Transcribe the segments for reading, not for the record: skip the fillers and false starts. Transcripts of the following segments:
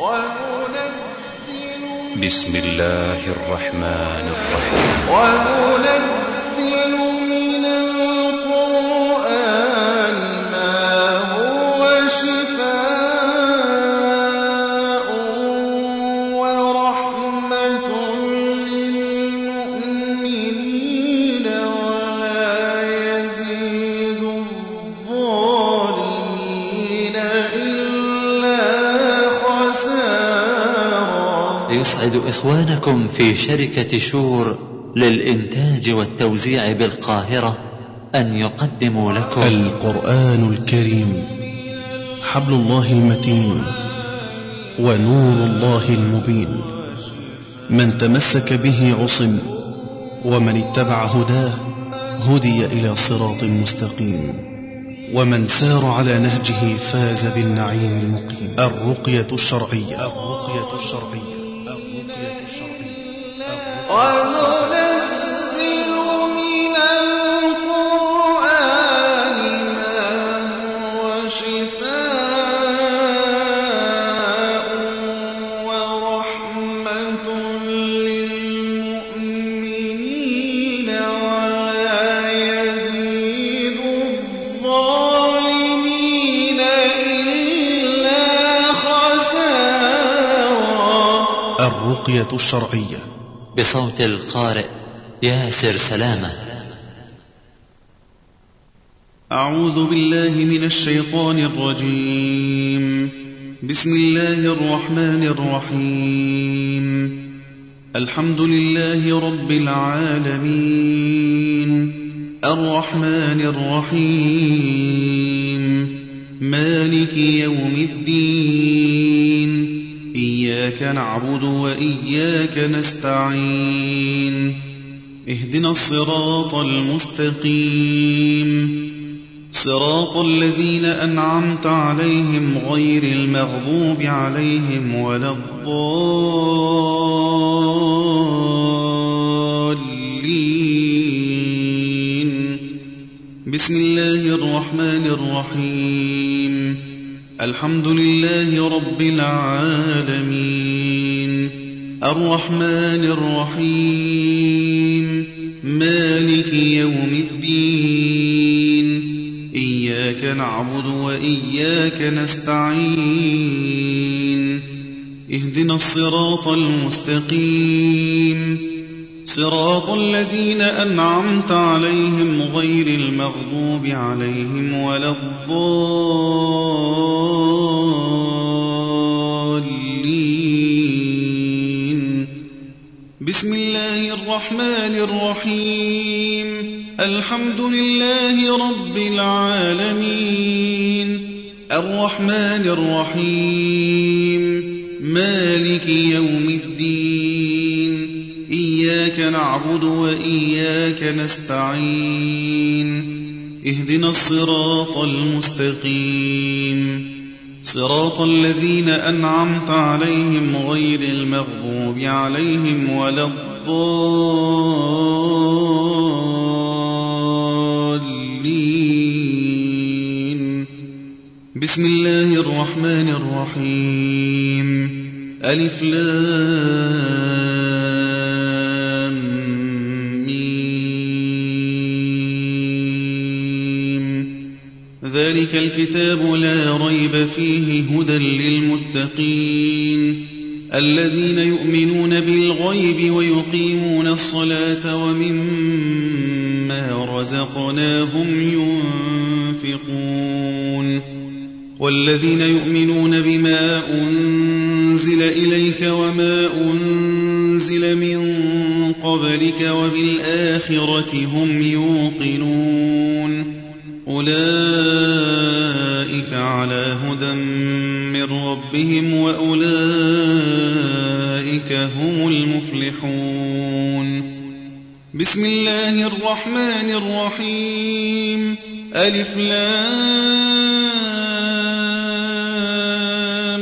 بسم الله الرحمن الرحيم. وننزل من القرآن ما هو شفاء ورحمة للمؤمنين ولا يزيد الظالمين إلا خسارا. يسعد إخوانكم في شركة شور للإنتاج والتوزيع بالقاهرة أن يقدموا لكم القرآن الكريم حبل الله المتين ونور الله المبين، من تمسك به عصم، ومن اتبع هداه هدي إلى صراط مستقيم، ومن سار على نهجه فاز بالنعيم المقيم. الرقية الشرعية. الرقية الشرعية. الرقية الشرعية. وننزل من القرآن ما هو شفاء ورحمة للمؤمنين ولا يزيد الظالمين إلا خسارا. الرقية الشرعية بصوت القارئ ياسر سلامة. أعوذ بالله من الشيطان الرجيم. بسم الله الرحمن الرحيم. الحمد لله رب العالمين، الرحمن الرحيم، مالك يوم الدين، إياك نعبد وإياك نستعين، اهدنا الصراط المستقيم، صراط الذين أنعمت عليهم غير المغضوب عليهم ولا الضالين. بسم الله الرحمن الرحيم. الحمد لله رب العالمين، الرحمن الرحيم، مالك يوم الدين، إياك نعبد وإياك نستعين، اهدنا الصراط المستقيم، صراط الذين أنعمت عليهم غير المغضوب عليهم ولا الضالين. بسم الله الرحمن الرحيم. الحمد لله رب العالمين، الرحمن الرحيم، مالك يوم الدين، إياك نعبد وإياك نستعين، اهدنا الصراط المستقيم، صراط الذين أنعمت عليهم غير المغضوب عليهم ولا الضالين. بسم الله الرحمن الرحيم. ألف لام ميم. ذلك الكتاب لا ريب فيه هدى للمتقين الذين يؤمنون بالغيب ويقيمون الصلاة ومما رزقناهم ينفقون والذين يؤمنون بما أنزل إليك وما أنزل من قبلك وبالآخرة هم يوقنون أولئك على هدى من ربهم وأولئك هم المفلحون. بسم الله الرحمن الرحيم. ألف لام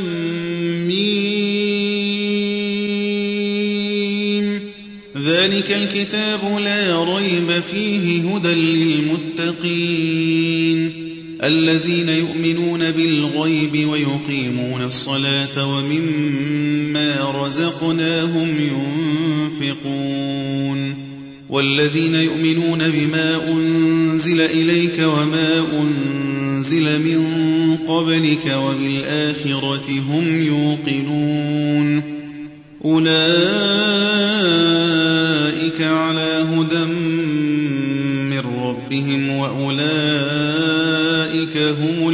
ميم. ذلك الكتاب لا ريب فيه هدى للمتقين الذين يؤمنون بالغيب ويقيمون الصلاة ومما رزقناهم ينفقون والذين يؤمنون بما أنزل إليك وما أنزل من قبلك وبالآخرة هم يوقنون أولئك على هدى من ربهم وأولئك هم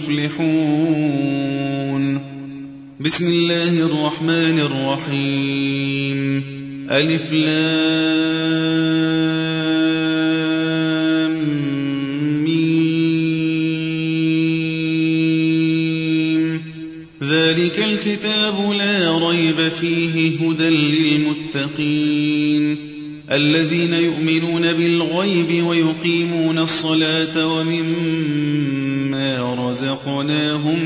المفلحون. بسم الله الرحمن الرحيم. ألف لام ميم. ذلك الكتاب لا ريب فيه هدى للمتقين الذين يؤمنون بالغيب ويقيمون الصلاة ومما رزقناهم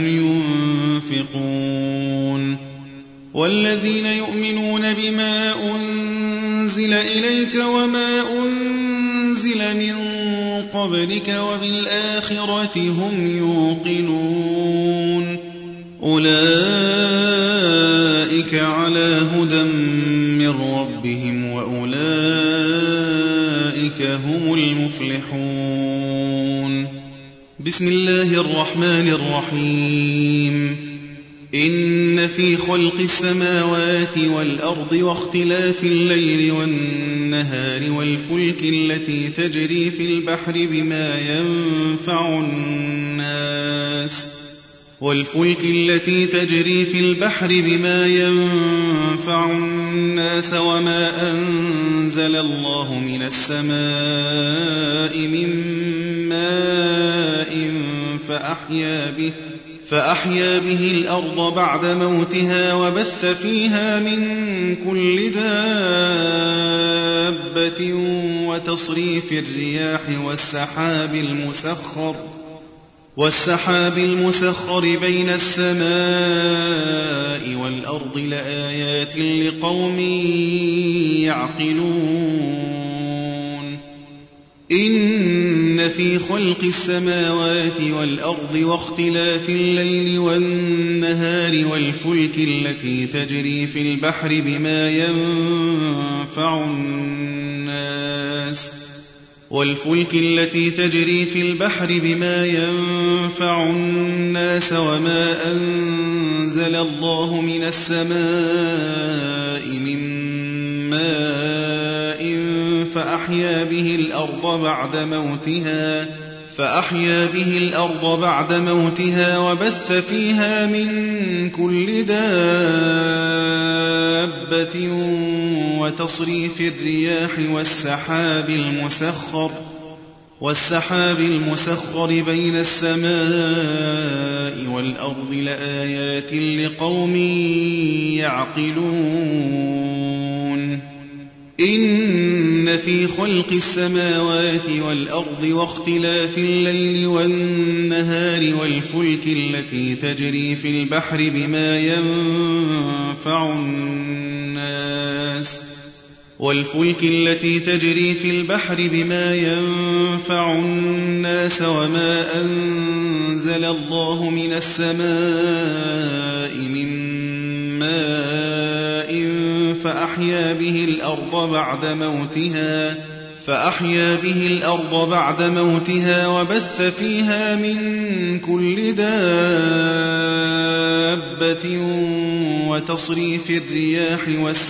ينفقون والذين يؤمنون بما أنزل إليك وما أنزل من قبلك وبالآخرة هم يوقنون أولئك على هدى من ربهم وأولئك هم المفلحون. بسم الله الرحمن الرحيم. إن في خلق السماوات والأرض واختلاف الليل والنهار والفلك التي تجري في البحر بما ينفع الناس وما أنزل الله من السماء من ماء فأحيا به الأرض بعد موتها وبث فيها من كل دابة وتصريف الرياح والسحاب المسخر بين السماء والأرض لآيات لقوم يعقلون. إن في خلق السماوات والأرض واختلاف الليل والنهار والفلك التي تجري في البحر بما ينفع الناس وما أنزل الله من السماء من ماء فأحيا به الأرض بعد موتها وبث فيها من كل دابة وتصريف الرياح والسحاب المسخر بين السماء والأرض لآيات لقوم يعقلون. إن في خلق السماوات والأرض واختلاف الليل والنهار والفلك التي تجري في البحر بما ينفع الناس وما أنزل الله من السماء من ماء فأحيا به الأرض بعد موتها وبث فيها من كل دابة وتصريف الرياح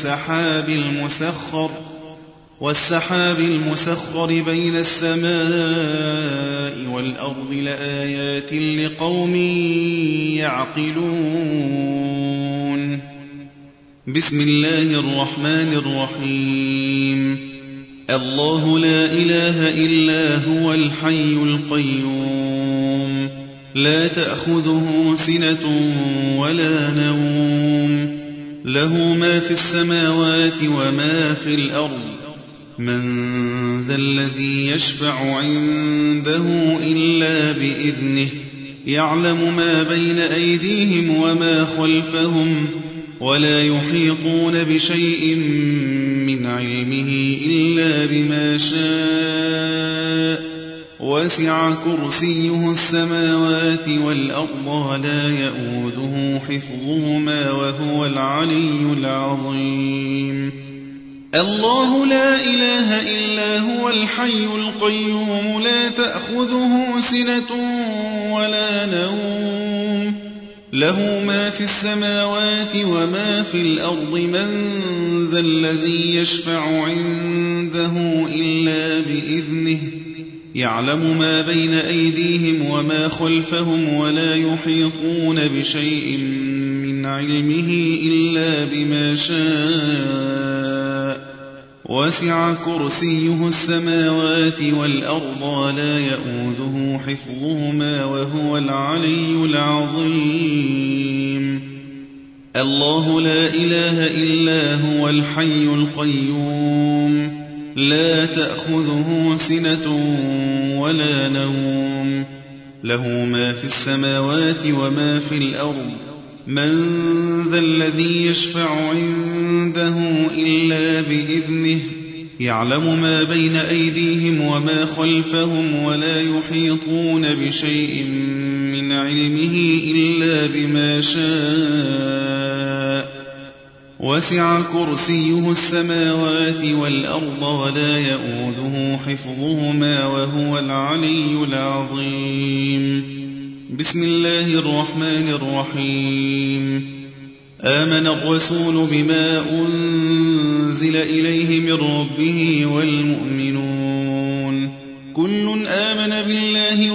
والسحاب المسخر بين السماء والأرض لآيات لقوم يعقلون. بسم الله الرحمن الرحيم. الله لا إله إلا هو الحي القيوم لا تأخذه سنة ولا نوم له ما في السماوات وما في الأرض من ذا الذي يشفع عنده إلا بإذنه يعلم ما بين أيديهم وما خلفهم ولا يحيطون بشيء من علمه إلا بما شاء وسع كرسيه السماوات والأرض ولا يئوده حفظهما وهو العلي العظيم الله لا إله إلا هو الحي القيوم لا تأخذه سنة ولا نوم له ما في السماوات وما في الأرض من ذا الذي يشفع عنده إلا بإذنه يعلم ما بين أيديهم وما خلفهم ولا يحيطون بشيء من علمه إلا بما شاء وسع كرسيه السماوات والأرض ولا يئوده حفظهما وهو العلي العظيم الله لا إله إلا هو الحي القيوم لا تأخذه سنة ولا نوم له ما في السماوات وما في الأرض من ذا الذي يشفع عنده إلا بإذنه يعلم ما بين أيديهم وما خلفهم ولا يحيطون بشيء من علمه إلا بما شاء وسع كرسيه السماوات والأرض ولا يئوده حفظهما وهو العلي العظيم بسم الله الرحمن الرحيم آمن الرسول بما أنزل إليه من ربه والمؤمنون كل آمن بالله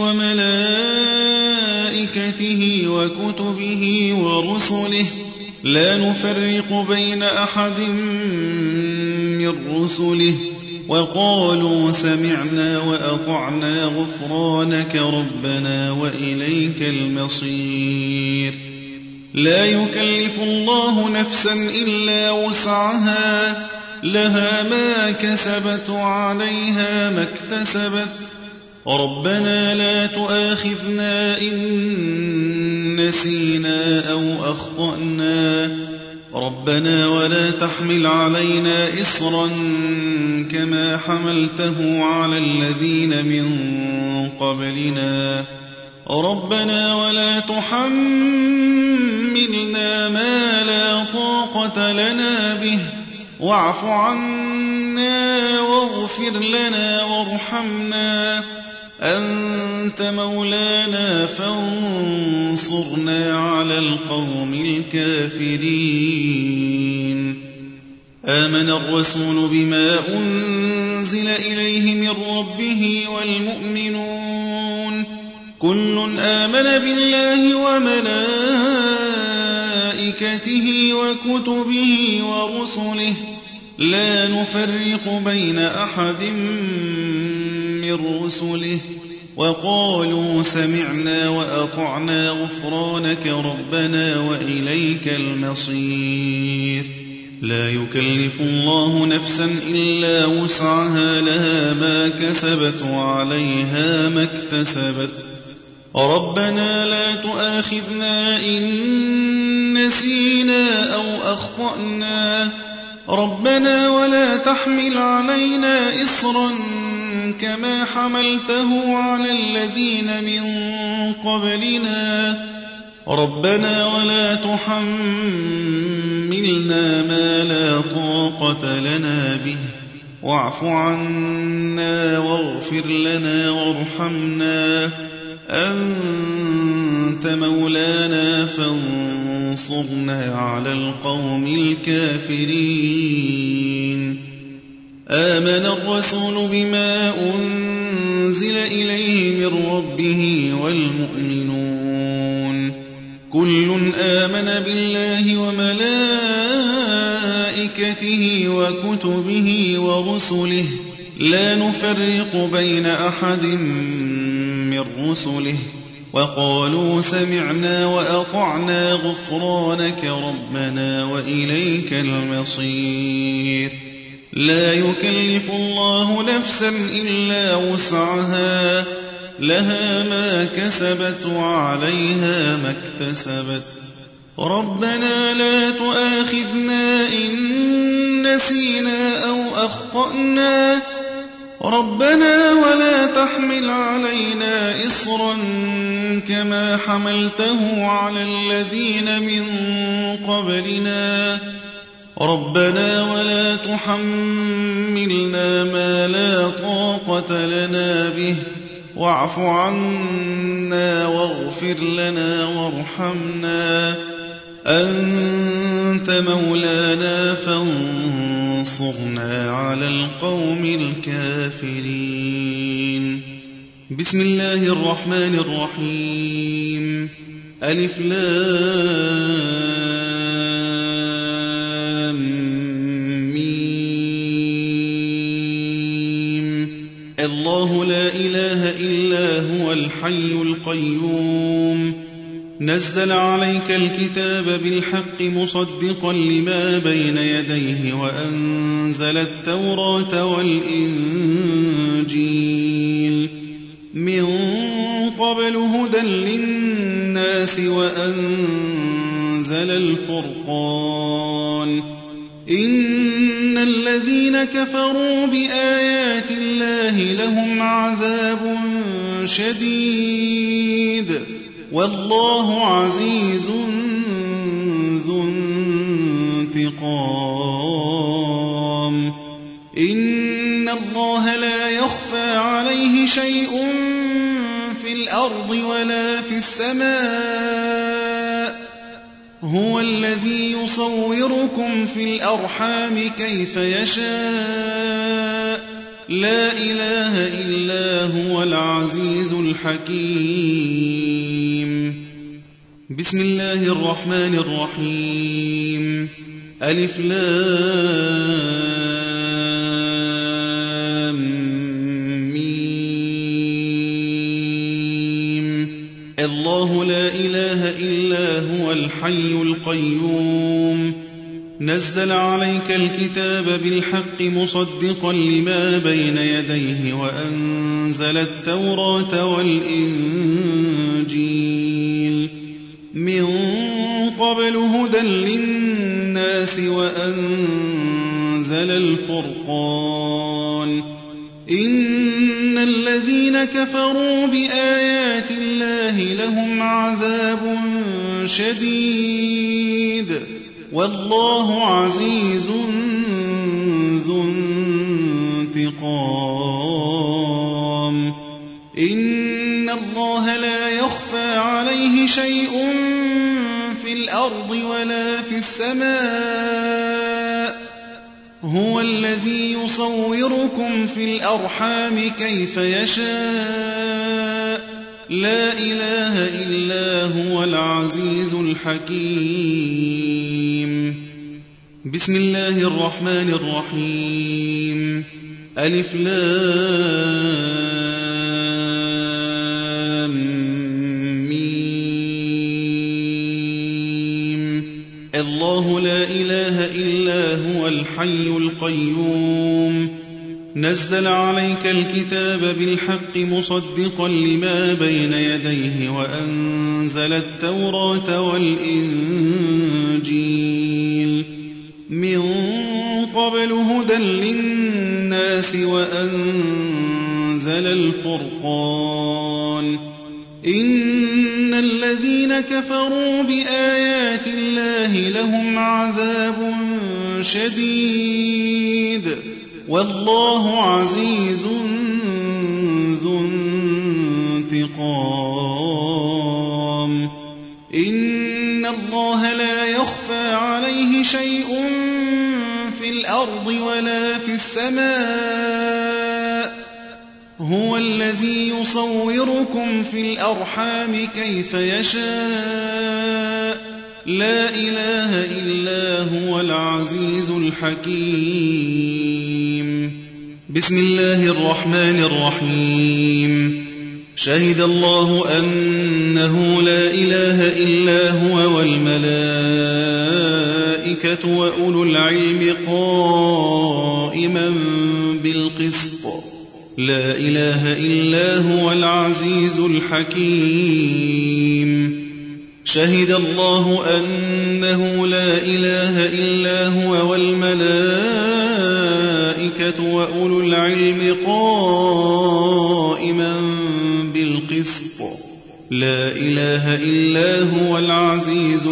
وملائكته وكتبه ورسله لا نفرق بين أحد من رسله وقالوا سمعنا وأطعنا غفرانك ربنا وإليك المصير لا يكلف الله نفسا إلا وسعها لها ما كسبت وعليها ما اكتسبت ربنا لا تؤاخذنا إن نسينا أو أخطأنا ربنا ولا تحمل علينا إصرا كما حملته على الذين من قبلنا ربنا ولا تحملنا ما لا طاقة لنا به واعف عنا واغفر لنا وارحمنا أنت مولانا فانصرنا على القوم الكافرين آمن الرسول بما أنزل إليه من ربه والمؤمنون كل آمن بالله وملائكته وكتبه ورسله لا نفرق بين أحد من رسله وقالوا سمعنا وأطعنا غفرانك ربنا وإليك المصير لا يكلف الله نفسا إلا وسعها لها ما كسبت وعليها ما اكتسبت ربنا لا تؤاخذنا إن نسينا أو أخطأنا ربنا ولا تحمل علينا إصرا كما حملته على الذين من قبلنا ربنا ولا تحملنا ما لا طاقة لنا به واعف عنا واغفر لنا وارحمنا أنت مولانا فانصرنا على القوم الكافرين آمن الرسول بما أنزل إليه من ربه والمؤمنون كل آمن بالله وملائكته وكتبه ورسله لا نفرق بين أحد من رسله وقالوا سمعنا وأطعنا غفرانك ربنا وإليك المصير لا يكلف الله نفسا إلا وسعها لها ما كسبت وعليها ما اكتسبت ربنا لا تؤاخذنا إن نسينا أو أخطأنا ربنا ولا تحمل علينا إصرا كما حملته على الذين من قبلنا ربنا ولا تحملنا ما لا طاقة لنا به واعف عنا واغفر لنا وارحمنا أنت مولانا فانصرنا على القوم الكافرين. بسم الله الرحمن الرحيم. ألف لام ميم. الله لا إله إلا هو الحي القيوم نزل عليك الكتاب بالحق مصدقا لما بين يديه وأنزل التوراة والإنجيل من قبل هدى للناس وأنزل الفرقان إن الذين كفروا بآيات الله لهم عذاب شديد والله عزيز ذو انتقام. إن الله لا يخفى عليه شيء في الأرض ولا في السماء هو الذي يصوركم في الأرحام كيف يشاء لا إله إلا هو العزيز الحكيم. بسم الله الرحمن الرحيم. ألف لام ميم. الله لا إله إلا هو الحي القيوم نزل عليك الكتاب بالحق مصدقا لما بين يديه وأنزل التوراة والإنجيل من قبل هدى للناس وأنزل الفرقان إن الذين كفروا بآيات الله لهم عذاب شديد والله عزيز ذو انتقام. إن الله لا يخفى عليه شيء في الأرض ولا في السماء هو الذي يصوركم في الأرحام كيف يشاء لا إله إلا هو العزيز الحكيم. بسم الله الرحمن الرحيم. ألف لام ميم. الله لا إله إلا هو الحي القيوم نزل عليك الكتاب بالحق مصدقا لما بين يديه وأنزل التوراة والإنجيل من قبل هدى للناس وأنزل الفرقان إن الذين كفروا بآيات الله لهم عذاب شديد والله عزيز ذو انتقام. إن الله لا يخفى عليه شيء في الأرض ولا في السماء هو الذي يصوركم في الأرحام كيف يشاء لا إله إلا هو العزيز الحكيم. بسم الله الرحمن الرحيم. شهد الله أنه لا إله إلا هو والملائكة وأولو العلم قائما بالقسط لا إله إلا هو العزيز الحكيم. شهد الله أنه لا إله إلا هو والملائكة وأولو العلم قائما بالقسط لا إله إلا هو العزيز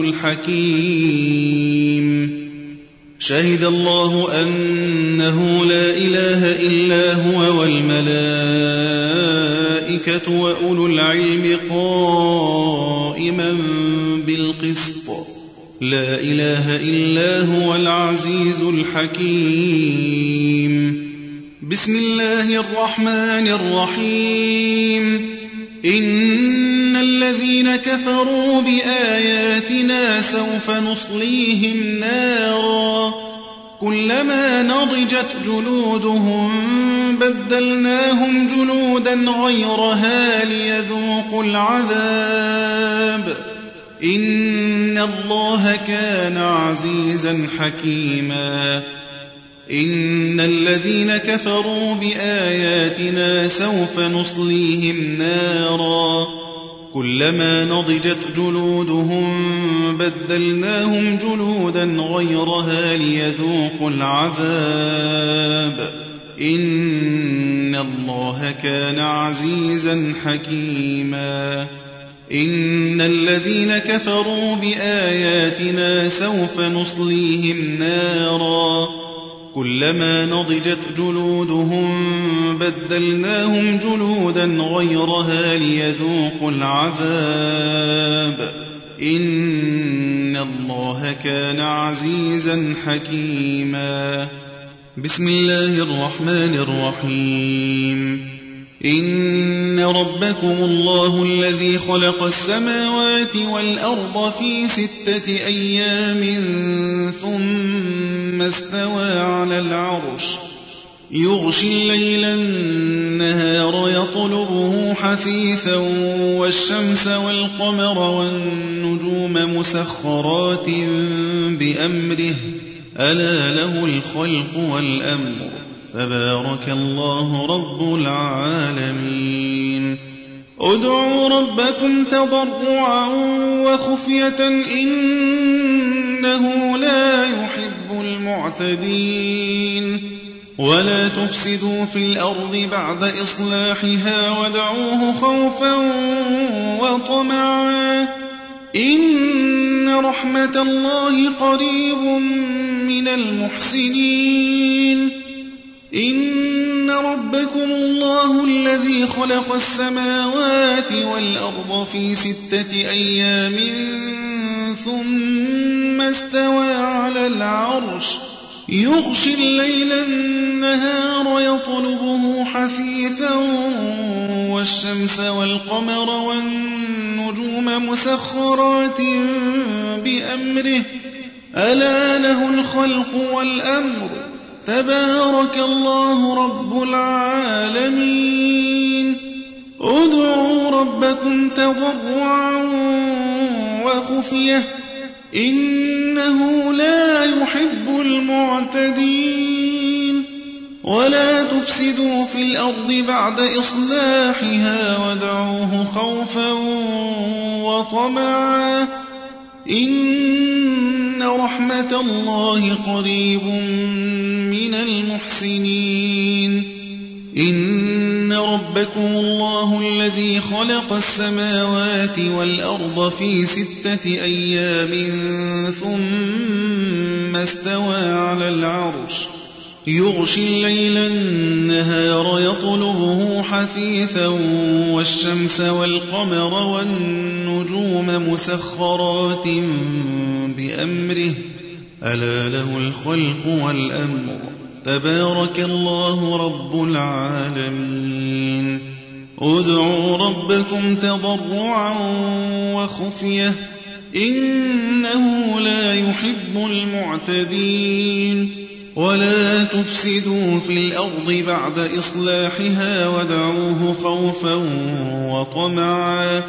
الحكيم شهد الله أنه لا إله إلا هو والملائكة وأولو العلم قائما بالقسط لا إله إلا هو العزيز الحكيم بسم الله الرحمن الرحيم إن الذين كفروا بآياتنا سوف نصليهم نارا كلما نضجت جلودهم بدلناهم جلودا غيرها ليذوقوا العذاب إن الله كان عزيزا حكيما إن الذين كفروا بآياتنا سوف نصليهم نارا كلما نضجت جلودهم بدلناهم جلودا غيرها ليذوقوا العذاب إن الله كان عزيزا حكيما إن الذين كفروا بآياتنا سوف نصليهم نارا كلما نضجت جلودهم بدلناهم جلودا غيرها ليذوقوا العذاب إن الله كان عزيزا حكيما بسم الله الرحمن الرحيم إن ربكم الله الذي خلق السماوات والأرض في 6 أيام ثم استوى على العرش يغشي الليل النهار يطلبه حثيثا والشمس والقمر والنجوم مسخرات بأمره ألا له الخلق والأمر تبارك الله رب العالمين ادعوا ربكم تضرعا وخفية إنه لا يحب المعتدين ولا تفسدوا في الأرض بعد إصلاحها وادعوه خوفا وطمعا إن رحمة الله قريب من المحسنين إن ربكم الله الذي خلق السماوات والأرض في 6 أيام ثم استوى على العرش يغشي الليل النهار يطلبه حثيثا والشمس والقمر والنجوم مسخرات بأمره ألا له الخلق والأمر تبارك الله رب العالمين ادعوا ربكم تضرعا وخفية إنه لا يحب المعتدين ولا تفسدوا في الأرض بعد إصلاحها وادعوه خوفا وطمعا إن رحمة الله قريب من المحسنين إن ربكم الله الذي خلق السماوات والأرض في 6 أيام ثم استوى على العرش يغشي الليل النهار يطلبه حثيثا والشمس والقمر والنجوم مسخرات بأمره ألا له الخلق والأمر تبارك الله رب العالمين ادعوا ربكم تضرعا وخفية إنه لا يحب المعتدين ولا تفسدوا في الأرض بعد إصلاحها وادعوه خوفا وطمعا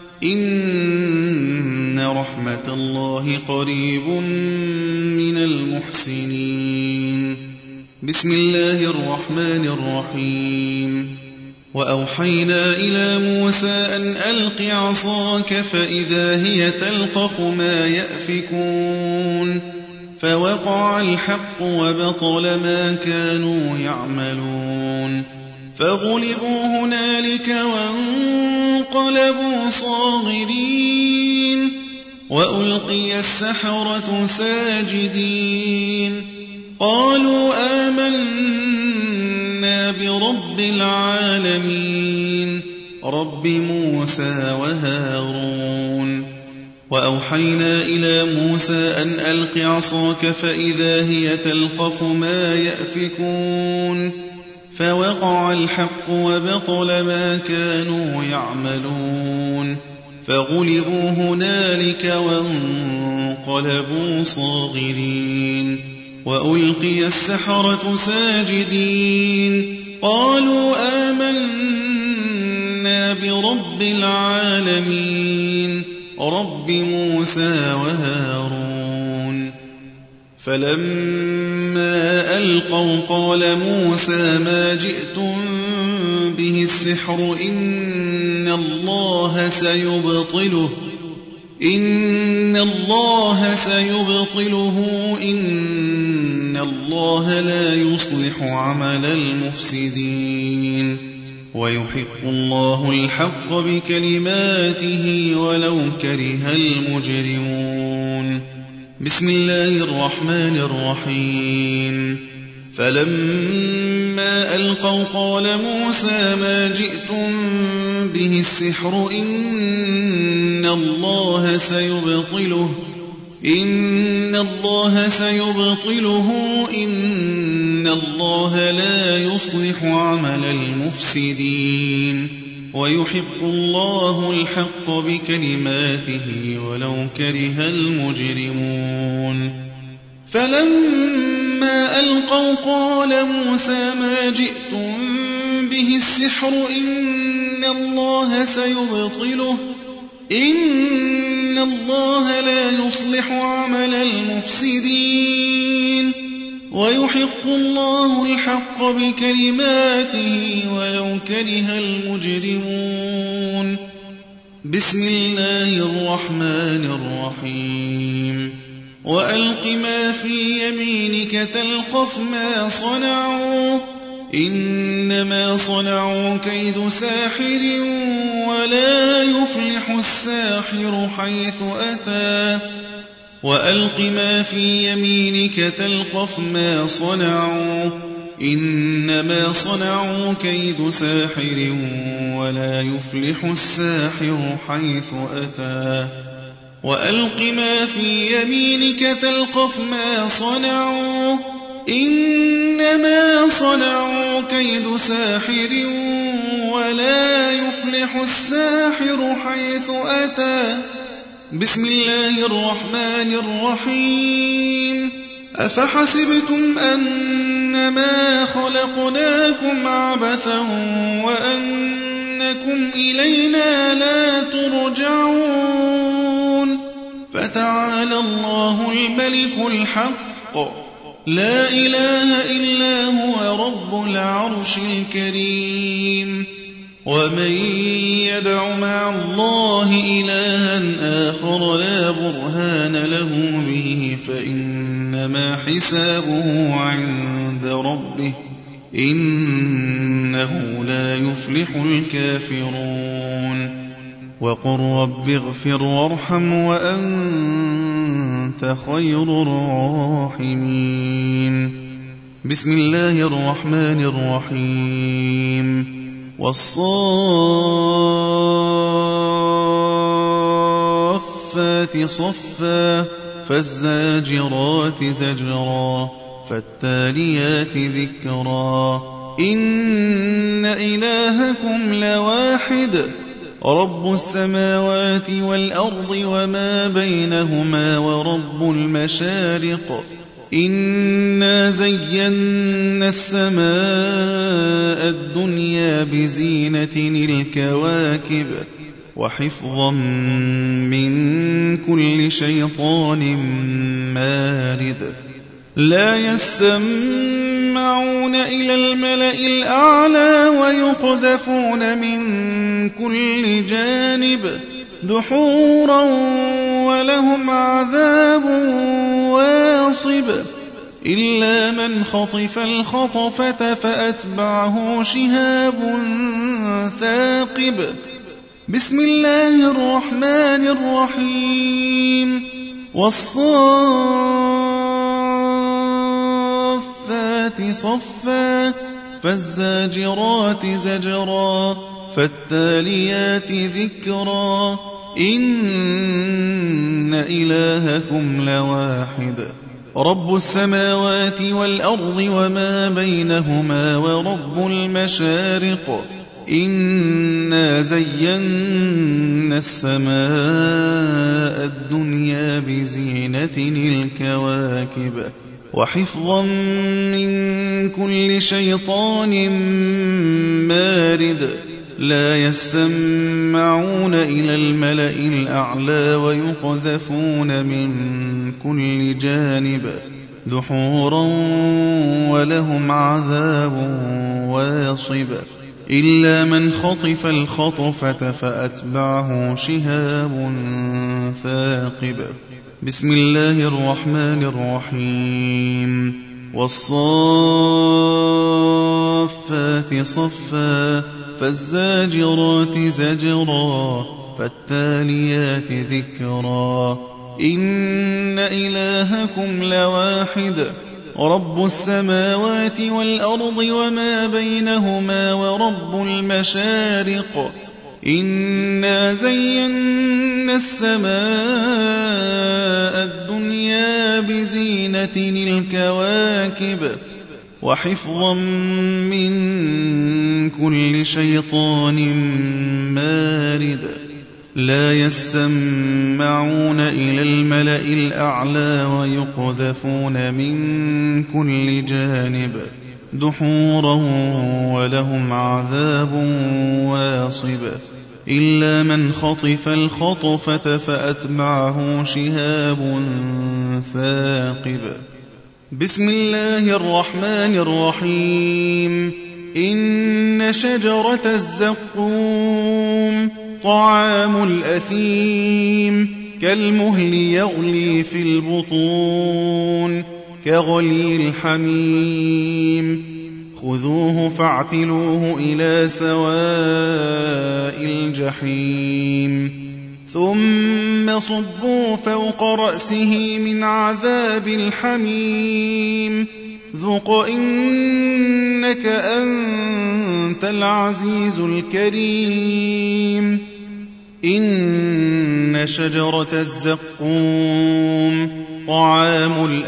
إن رحمة الله قريب من المحسنين بسم الله الرحمن الرحيم وأوحينا إلى موسى أن ألق عصاك فإذا هي تلقف ما يأفكون فوقع الحق وبطل ما كانوا يعملون فغلبوا هنالك وانقلبوا صاغرين وألقي السحرة ساجدين قالوا آمنا برب العالمين رب موسى وهارون وأوحينا إلى موسى أن ألق عصاك فإذا هي تلقف ما يأفكون فوقع الحق وبطل ما كانوا يعملون فغلبوا هنالك وانقلبوا صاغرين وألقي السحرة ساجدين قالوا آمنا برب العالمين رب موسى وهارون فلما ألقوا قال موسى ما جئتم به السحر إن الله سيبطله إن الله لا يصلح عمل المفسدين ويحق الله الحق بكلماته ولو كره المجرمون بسم الله الرحمن الرحيم فلما ألقوا قال موسى ما جئتم به السحر إن الله سيبطله إن الله لا يصلح عمل المفسدين ويحق الله الحق بكلماته ولو كره المجرمون فلما ألقوا قال موسى ما جئتم به السحر إن الله سيبطله إن الله لا يصلح عمل المفسدين ويحق الله الحق بكلماته ولو كره المجرمون بسم الله الرحمن الرحيم وألق ما في يمينك تلقف ما صنعوا إنما صنعوا كيد ساحر ولا يفلح الساحر حيث أتى وألق ما في يمينك تلقف ما صنعوا إنما صنعوا كيد ساحر ولا يفلح الساحر حيث أتى وألق ما في يمينك تلقف ما صنعوا إنما صنعوا كيد ساحر ولا يفلح الساحر حيث أتى بسم الله الرحمن الرحيم أفحسبتم أنما خلقناكم عبثا وأنكم إلينا لا ترجعون فتعالى الله الملك الحق لا إله إلا هو رب العرش الكريم ومن يدع مع الله إلها آخر لا برهان له به فإنما حسابه عند ربه إنه لا يفلح الكافرون وقل رب اغفر وارحم وأنت خير الراحمين بسم الله الرحمن الرحيم والصافات صفا فالزاجرات زجرا فالتاليات ذكرا إن إلهكم لواحد رب السماوات والأرض وما بينهما ورب المشارق إنا زينا السماء الدنيا بزينة الكواكب وحفظا من كل شيطان مارد لا يسمعون إلى الملأ الأعلى ويقذفون من كل جانب دحورا ولهم عذاب واصب واصب إلا من خطف الخطفة فأتبعه شهاب ثاقب. بسم الله الرحمن الرحيم. والصافات صفا فالزاجرات زجرا فالتاليات ذكرا إن إلهكم لواحد رب السماوات والأرض وما بينهما ورب المشارق إنا زينا السماء الدنيا بزينة الكواكب وحفظا من كل شيطان مارد لا يسمعون إلى الملأ الأعلى ويقذفون من كل جانب دحورا ولهم عذاب واصب إلا من خطف الخطفة فأتبعه شهاب ثاقب. بسم الله الرحمن الرحيم. والصافات صفا فالزاجرات زجرا فالتاليات ذكرا إن إلهكم لواحد رب السماوات والأرض وما بينهما ورب المشارق إنا زينا السماء الدنيا بزينة الكواكب وحفظا من كل شيطان مارد لا يسمعون إلى الملأ الأعلى ويقذفون من كل جانب دحورا ولهم عذاب واصب إلا من خطف الخطفة فأتبعه شهاب ثاقب. بسم الله الرحمن الرحيم. إن شجرة الزقوم طعام الأثيم كالمهل يغلي في البطون كغلي الحميم خذوه فاعتلوه إلى سواء الجحيم ثم صبوا فوق رأسه من عذاب الحميم ذق إنك أنت العزيز الكريم. إن شجرة الزقوم طعام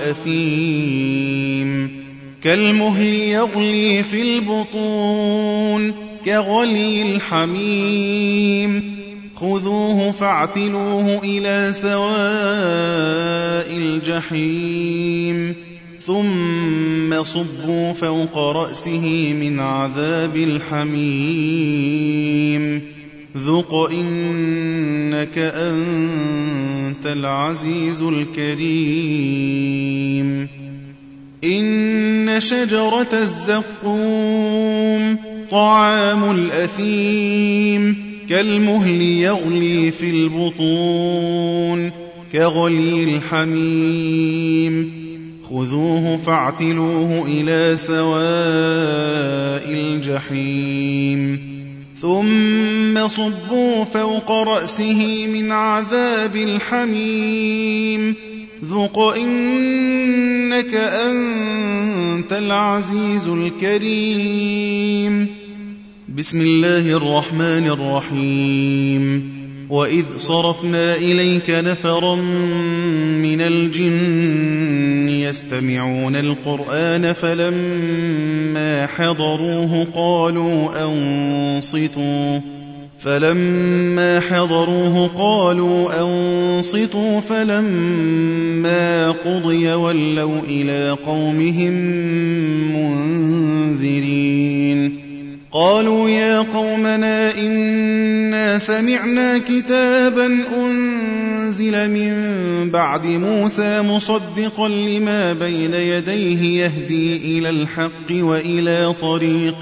الأثيم كالمهل يغلي في البطون كغلي الحميم خذوه فاعتلوه إلى سواء الجحيم ثم صبوا فوق رأسه من عذاب الحميم ذق إنك أنت العزيز الكريم. إن شجرة الزقوم طعام الأثيم كالمهل يغلي في البطون كغلي الحميم خذوه فاعتلوه إلى سواء الجحيم ثم صبوا فوق رأسه من عذاب الحميم ذق إنك أنت العزيز الكريم. بسم الله الرحمن الرحيم. وإذ صرفنا إليك نفرا من الجن يستمعون القرآن فلما حضروه قالوا أنصتوا فلما قضي ولوا إلى قومهم منذرين. قالوا يا قومنا إنا سمعنا كتابا أنزل من بعد موسى مصدقا لما بين يديه يهدي إلى الحق وإلى طريق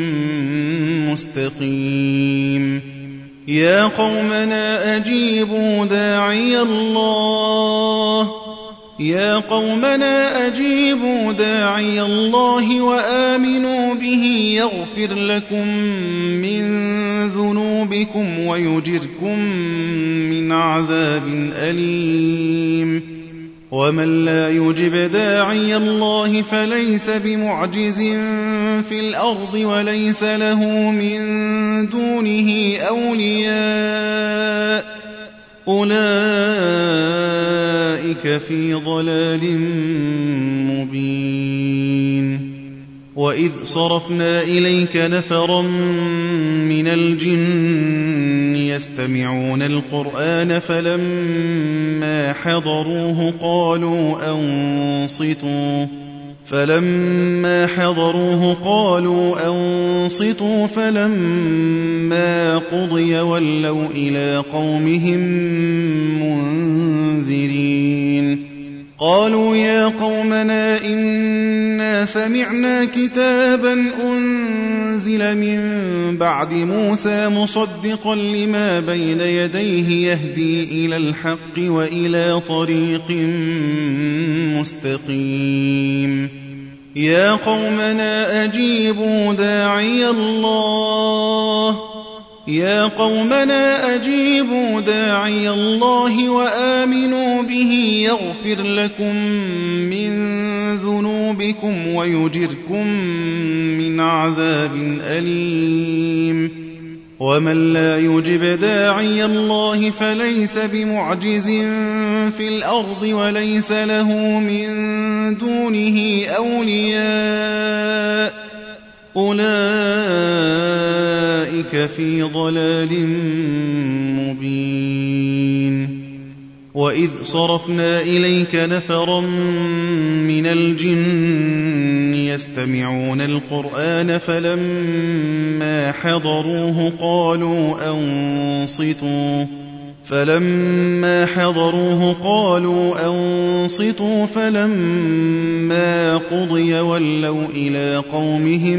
مستقيم. يا قومنا أجيبوا داعي الله يا قومنا أجيبوا داعي الله وآمنوا به يغفر لكم من ذنوبكم ويجركم من عذاب أليم ومن لا يجب داعي الله فليس بمعجز في الأرض وليس له من دونه أولياء أولئك في ضلال مبين وإذ صرفنا إليك نفرا من الجن يستمعون القرآن فلما حضروه قالوا أنصتوا فلما قضي ولوا إلى قومهم منذرين قالوا يا قومنا إنا سمعنا كتابا أنزل من بعد موسى مصدقا لما بين يديه يهدي إلى الحق وإلى طريق مستقيم يا قومنا أجيبوا داعي الله وآمنوا به يغفر لكم من ذنوبكم ويجركم من عذاب أليم ومن لا يجب داعي الله فليس بمعجز في الأرض وليس له من دونه أولياء أولئك في ضلال مبين وإذ صرفنا إليك نفرا من الجن يستمعون القرآن فلما حضروه قالوا أنصتوا فلما قضي ولوا إلى قومهم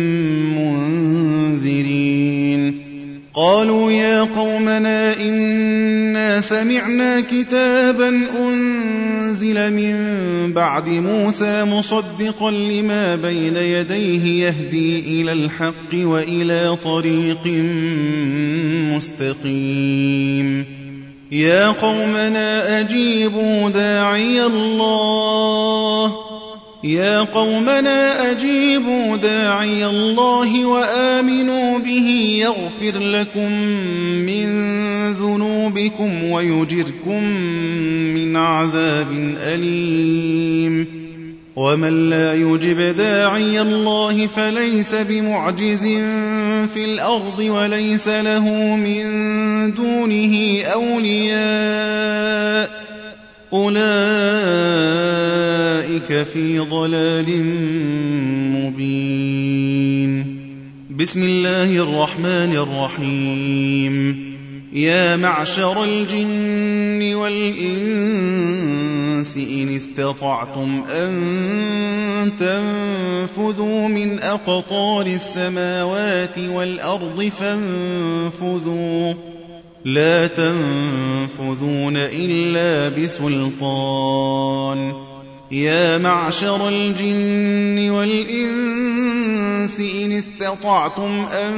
منذرين قالوا يا قومنا إنا سمعنا كتابا أنزل من بعد موسى مصدقا لما بين يديه يهدي إلى الحق وإلى طريق مستقيم يا قومنا أجيبوا داعي الله وآمنوا به يغفر لكم من ذنوبكم ويجركم من عذاب أليم ومن لا يجب داعي الله فليس بمعجز في الأرض وليس له من دونه أولياء أولئك في ضلال مبين بسم الله الرحمن الرحيم يا معشر الجن والإنس إن استطعتم أن تنفذوا من أقطار السماوات والأرض فانفذوا لا تنفذون إلا بسلطان يا معشر الجن والإنس إن استطعتم أن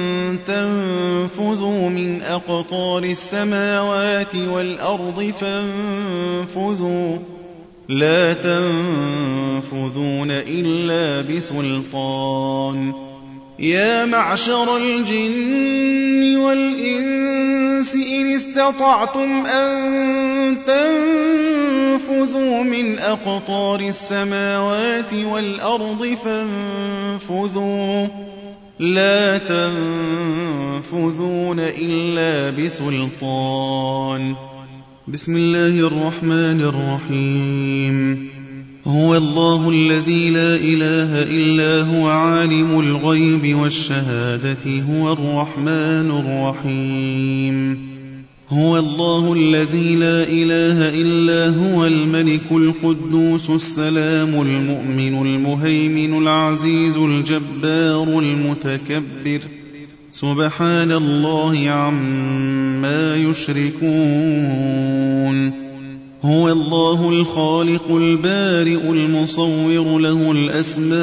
تنفذوا من أقطار السماوات والأرض فانفذوا لا تنفذون إلا بسلطان يا معشر الجن والإنس إن استطعتم أن تنفذوا من أقطار السماوات والأرض فانفذوا لا تنفذون إلا بسلطان بسم الله الرحمن الرحيم هو الله الذي لا إله إلا هو عالم الغيب والشهادة هو الرحمن الرحيم هو الله الذي لا إله إلا هو الملك القدوس السلام المؤمن المهيمن العزيز الجبار المتكبر سبحان الله عما يشركون هو الله الخالق البارئ المصور له الأسماء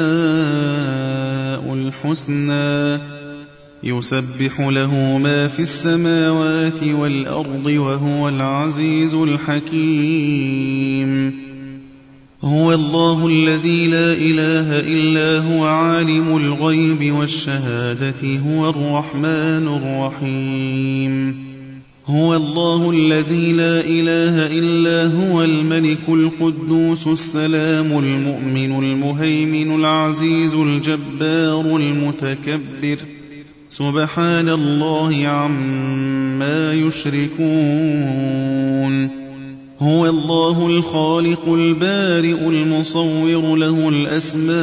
الحسنى يسبح له ما في السماوات والأرض وهو العزيز الحكيم هو الله الذي لا إله إلا هو عالم الغيب والشهادة هو الرحمن الرحيم هو الله الذي لا إله إلا هو الملك القدوس السلام المؤمن المهيمن العزيز الجبار المتكبر سبحان الله عما يشركون هو الله الخالق البارئ المصور له الأسماء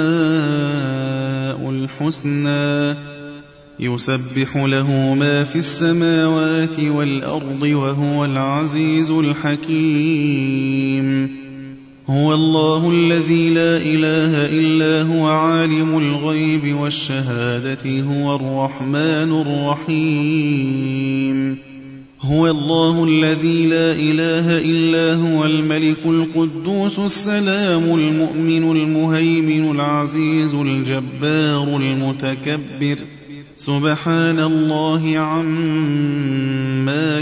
الحسنى يسبح له ما في السماوات والأرض وهو العزيز الحكيم هو الله الذي لا إله إلا هو عالم الغيب والشهادة هو الرحمن الرحيم هو الله الذي لا إله إلا هو الملك القدوس السلام المؤمن المهيمن العزيز الجبار المتكبر سبحان الله عما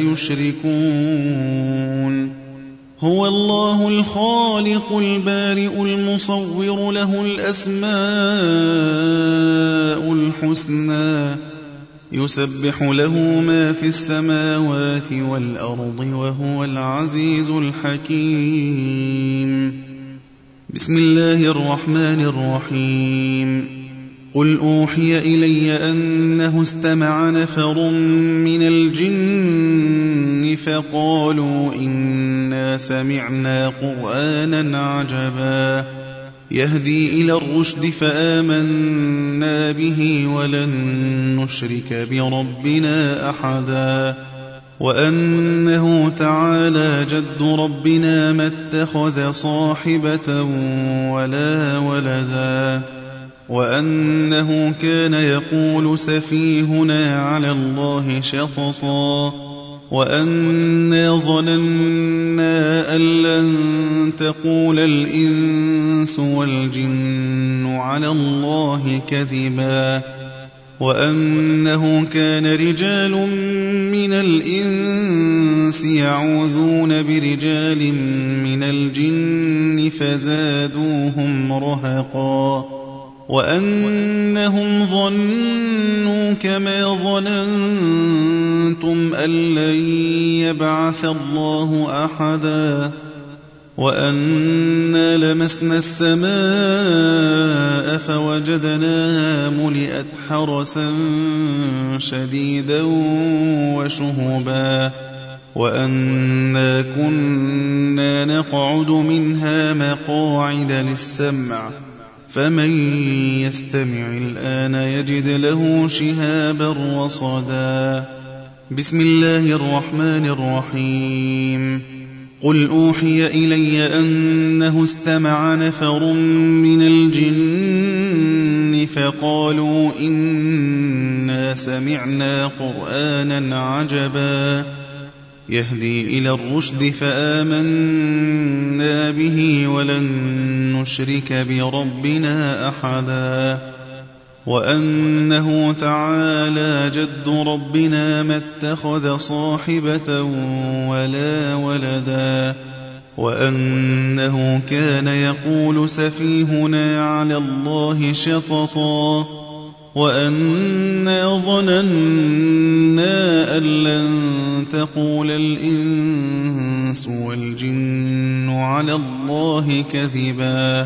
يشركون هو الله الخالق البارئ المصور له الأسماء الحسنى يسبح له ما في السماوات والأرض وهو العزيز الحكيم بسم الله الرحمن الرحيم قل أوحي إلي أنه استمع نفر من الجن فقالوا إنا سمعنا قرآنا عجبا يهدي إلى الرشد فآمنا به ولن نشرك بربنا أحدا وأنه تعالى جد ربنا ما اتخذ صاحبة ولا ولدا وأنه كان يقول سفيهنا على الله شططا وأنا ظننا أن لن تقول الإنس والجن على الله كذبا وأنه كان رجال من الإنس يعوذون برجال من الجن فزادوهم رهقا وأنهم ظنوا كما ظننتم أن لن يبعث الله أحدا وأنا لمسنا السماء فوجدناها ملئت حرسا شديدا وشهبا وأنا كنا نقعد منها مقاعد للسمع فمن يستمع الآن يجد له شهابا رصدا بسم الله الرحمن الرحيم قل أوحي إلي أنه استمع نفر من الجن فقالوا إنا سمعنا قرآنا عجبا يهدي إلى الرشد فآمنا به ولن نشرك بربنا أحدا وأنه تعالى جد ربنا ما اتخذ صاحبة ولا ولدا وأنه كان يقول سفيهنا على الله شططا وأنا ظننا أن لن تقول الإنس والجن على الله كذبا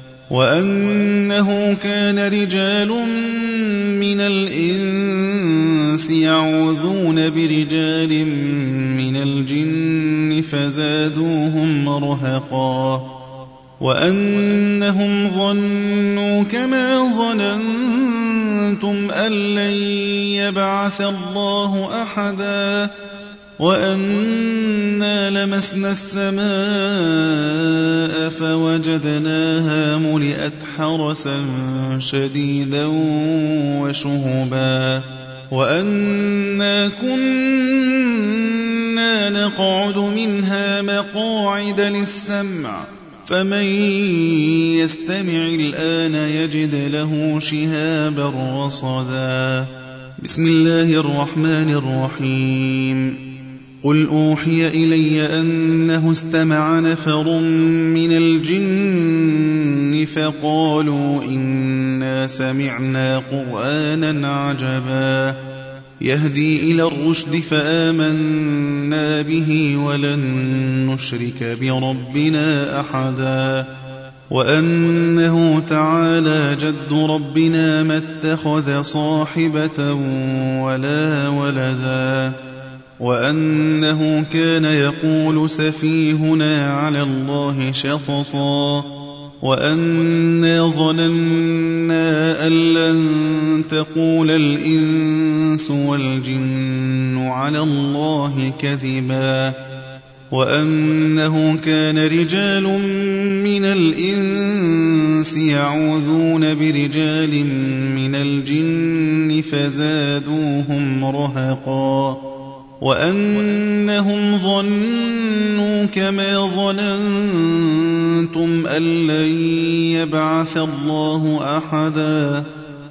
وأنه كان رجال من الإنس يعوذون برجال من الجن فزادوهم رهقا وأنهم ظنوا كما ظننتم أن لن يبعث الله أحدا وأنا لمسنا السماء فوجدناها ملئت حرسا شديدا وشهبا وأنا كنا كنا نقعد منها مقاعد للسمع فمن يستمع الآن يجد له شهابا رصدا. بسم الله الرحمن الرحيم. قل أوحي إلي أنه استمع نفر من الجن فقالوا إنا سمعنا قرآنا عجبا يهدي إلى الرشد فآمنا به ولن نشرك بربنا أحدا وأنه تعالى جد ربنا ما اتخذ صاحبة ولا ولدا وأنه كان يقول سفيهنا على الله شططا وأنا ظننا أن لن تقول الإنس والجن على الله كذبا وأنه كان رجال من الإنس يعوذون برجال من الجن فزادوهم رهقا وأنهم ظنوا كما ظننتم أن لن يبعث الله أحدا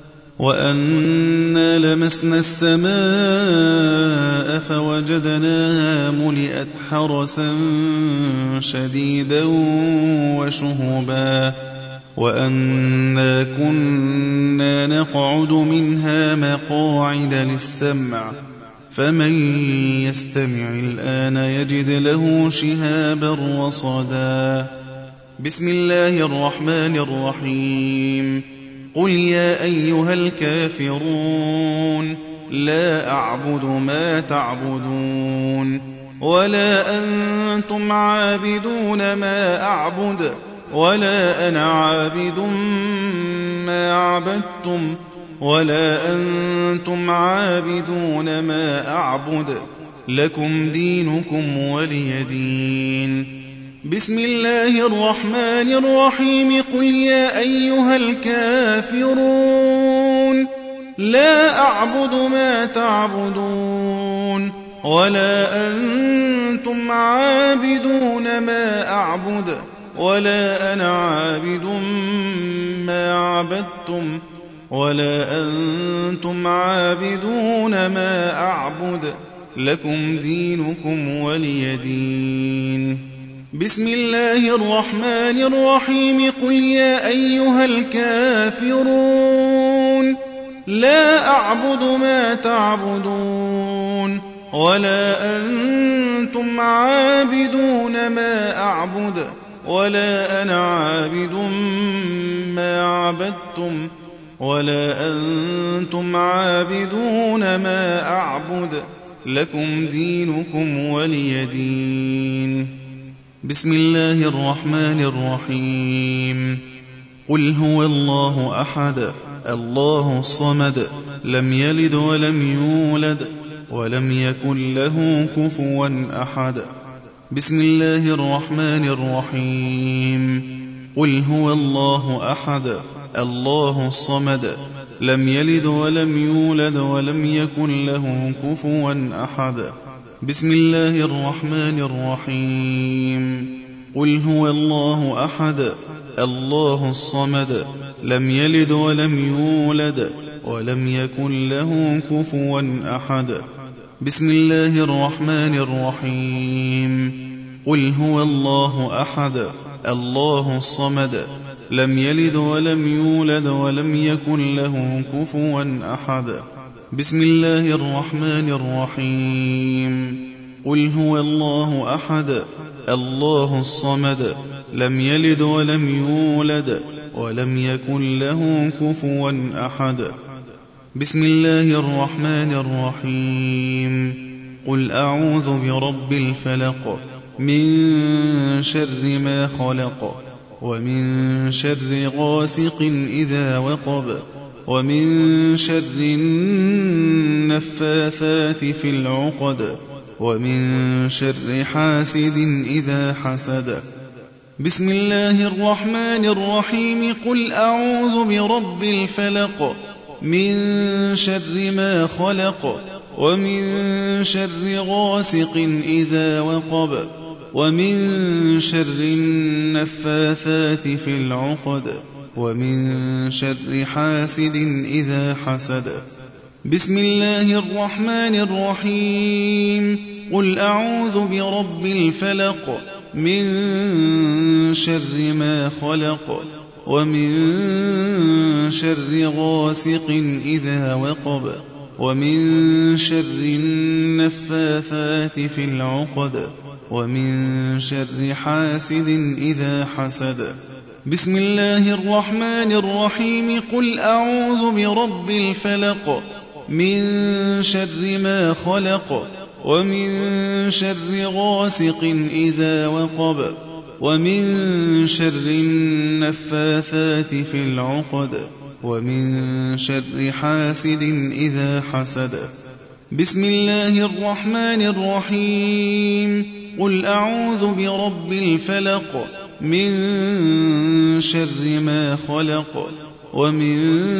وأنا لمسنا السماء فوجدناها ملئت حرسا شديدا وشهبا وأنا كنا نقعد منها مقاعد للسمع فمن يستمع الآن يجد له شهابا رصدا. بسم الله الرحمن الرحيم. قل يا أيها الكافرون لا أعبد ما تعبدون ولا أنتم عابدون ما أعبد ولا أنا عابد ما عبدتم ولا أنتم عابدون ما أعبد لكم دينكم ولي دين. بسم الله الرحمن الرحيم. قل يا أيها الكافرون لا أعبد ما تعبدون ولا أنتم عابدون ما أعبد ولا أنا عابد ما عبدتم ولا أنتم عابدون ما أعبد لكم دينكم ولي دين. بسم الله الرحمن الرحيم. قل يا أيها الكافرون لا أعبد ما تعبدون ولا أنتم عابدون ما أعبد ولا أنا عابد ما عبدتم ولا أنتم عابدون ما أعبد لكم دينكم ولي دين. بسم الله الرحمن الرحيم. قل هو الله أحد الله الصمد لم يلد ولم يولد ولم يكن له كفوا أحد. بسم الله الرحمن الرحيم. قل هو الله أحد الله الصمد لم يلد ولم يولد ولم يكن له كفوا أحد. بسم الله الرحمن الرحيم. قل هو الله أحد الله الصمد لم يلد ولم يولد ولم يكن له كفوا أحد. بسم الله الرحمن الرحيم. قل هو الله أحد الله الصمد لم يلد ولم يولد ولم يكن له كفوا أحد. بسم الله الرحمن الرحيم. قل هو الله أحد الله الصمد لم يلد ولم يولد ولم يكن له كفوا أحد. بسم الله الرحمن الرحيم. قل أعوذ برب الفلق من شر ما خلق ومن شر غاسق إذا وقب ومن شر النفاثات في العقد ومن شر حاسد إذا حسد. بسم الله الرحمن الرحيم. قل أعوذ برب الفلق من شر ما خلق ومن شر غاسق إذا وقب ومن شر النفاثات في العقد ومن شر حاسد إذا حسد. بسم الله الرحمن الرحيم. قل أعوذ برب الفلق من شر ما خلق ومن شر غاسق إذا وقب ومن شر النفاثات في العقد ومن شر حاسد إذا حسد. بسم الله الرحمن الرحيم. قل أعوذ برب الفلق من شر ما خلق ومن شر غاسق إذا وقب ومن شر النفاثات في العقد ومن شر حاسد إذا حسد. بسم الله الرحمن الرحيم. قل أعوذ برب الفلق من شر ما خلق ومن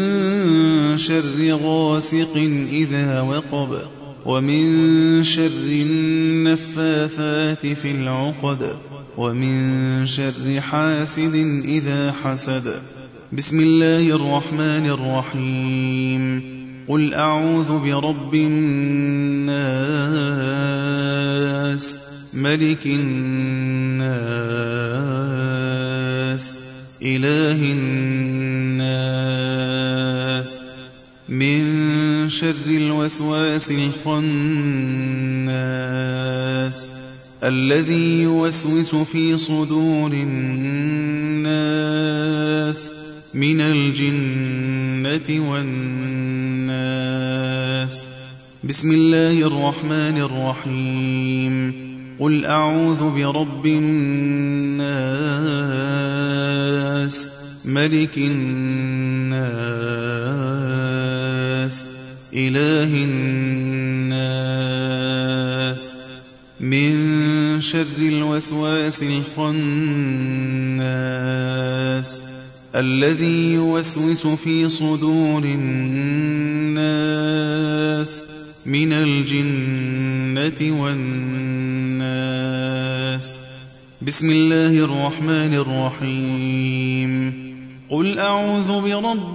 شر غاسق إذا وقب ومن شر النفاثات في العقد ومن شر حاسد إذا حسد. بسم الله الرحمن الرحيم. قل أعوذ برب الناس ملك الناس إله الناس من شر الوسواس الخناس الذي يوسوس في صدور الناس من الجنة والناس. بسم الله الرحمن الرحيم. قل أعوذ برب الناس ملك الناس إله الناس من شر الوسواس الخناس الذي يوسوس في صدور الناس من الجنة والناس. بسم الله الرحمن الرحيم. قل أعوذ برب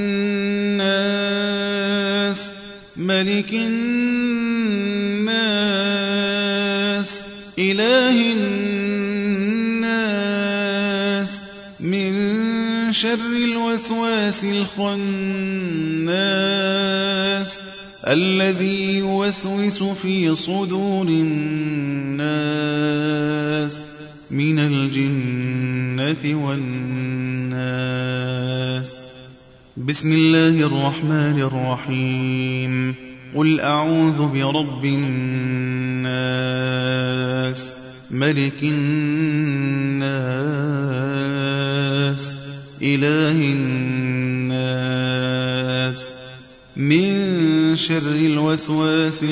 الناس ملك الناس إله الناس من شر الوسواس الخناس الذي يوسوس في صدور الناس من الجنة والناس. بسم الله الرحمن الرحيم. قل أعوذ برب الناس ملك الناس إله الناس من شر الوسواس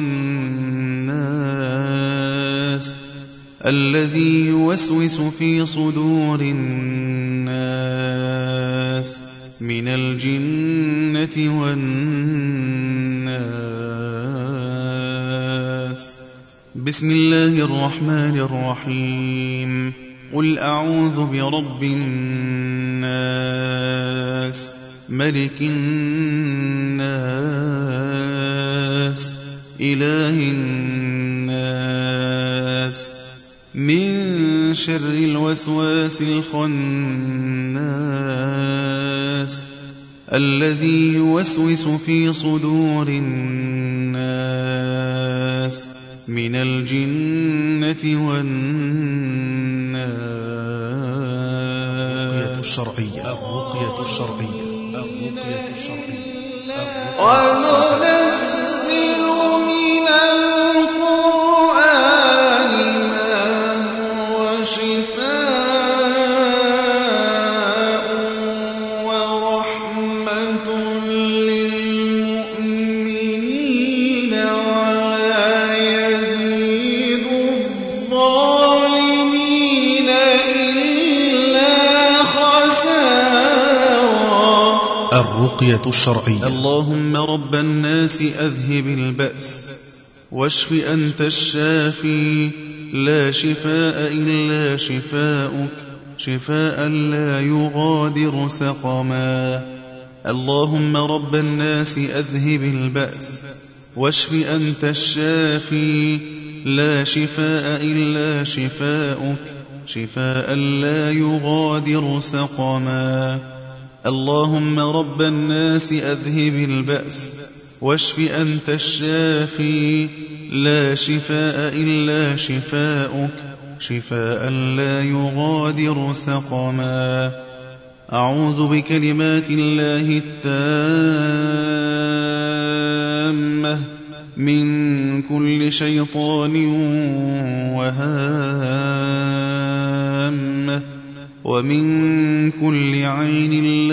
الخناس الذي يوسوس في صدور الناس من الجنة والناس. بسم الله الرحمن الرحيم. قل أعوذ برب الناس ملك الناس إله الناس من شر الوسواس الخناس الذي يوسوس في صدور الناس من الجنة والناس. الرقية الشرعية. وننزل من القرآن ما هو شفاء ورحمة للمؤمنين ولا يزيد الظالمين إلا خسارا. الرقية الشرعية. اللهم رب الناس أذهب البأس واشف أنت الشافي، لا شفاء إلا شفاؤك، شفاء لا يغادر سقما. اللهم رب الناس أذهب البأس واشف أنت الشافي، لا شفاء إلا شفاؤك، شفاء لا يغادر سقما. اللهم رب الناس أذهب البأس واشف أنت الشافي، لا شفاء إلا شفاؤك، شفاء لا يغادر سقما. أعوذ بكلمات الله التامة من كل شيطان وهامة ومن كل عين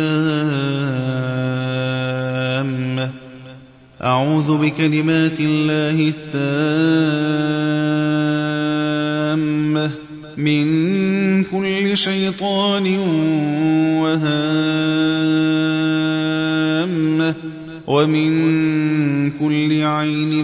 لامة. أعوذ بكلمات الله التامة من كل شيطان وهامة ومن كل عين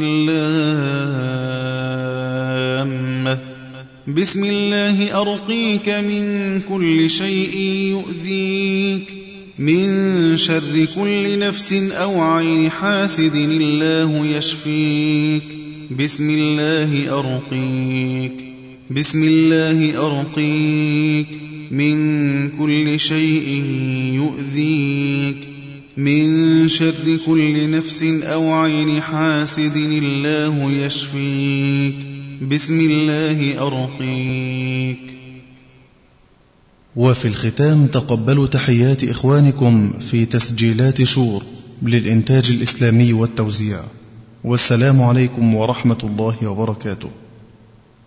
لامة. بسم الله أرقيك من كل شيء يؤذيك، من شر كل نفس أو عين حاسد الله يشفيك. بسم الله أرقيك، بسم الله أرقيك من كل شيء يؤذيك، من شر كل نفس أو عين حاسد الله يشفيك. بسم الله أرقيك. وفي الختام تقبلوا تحيات إخوانكم في تسجيلات شور للإنتاج الإسلامي والتوزيع، والسلام عليكم ورحمة الله وبركاته.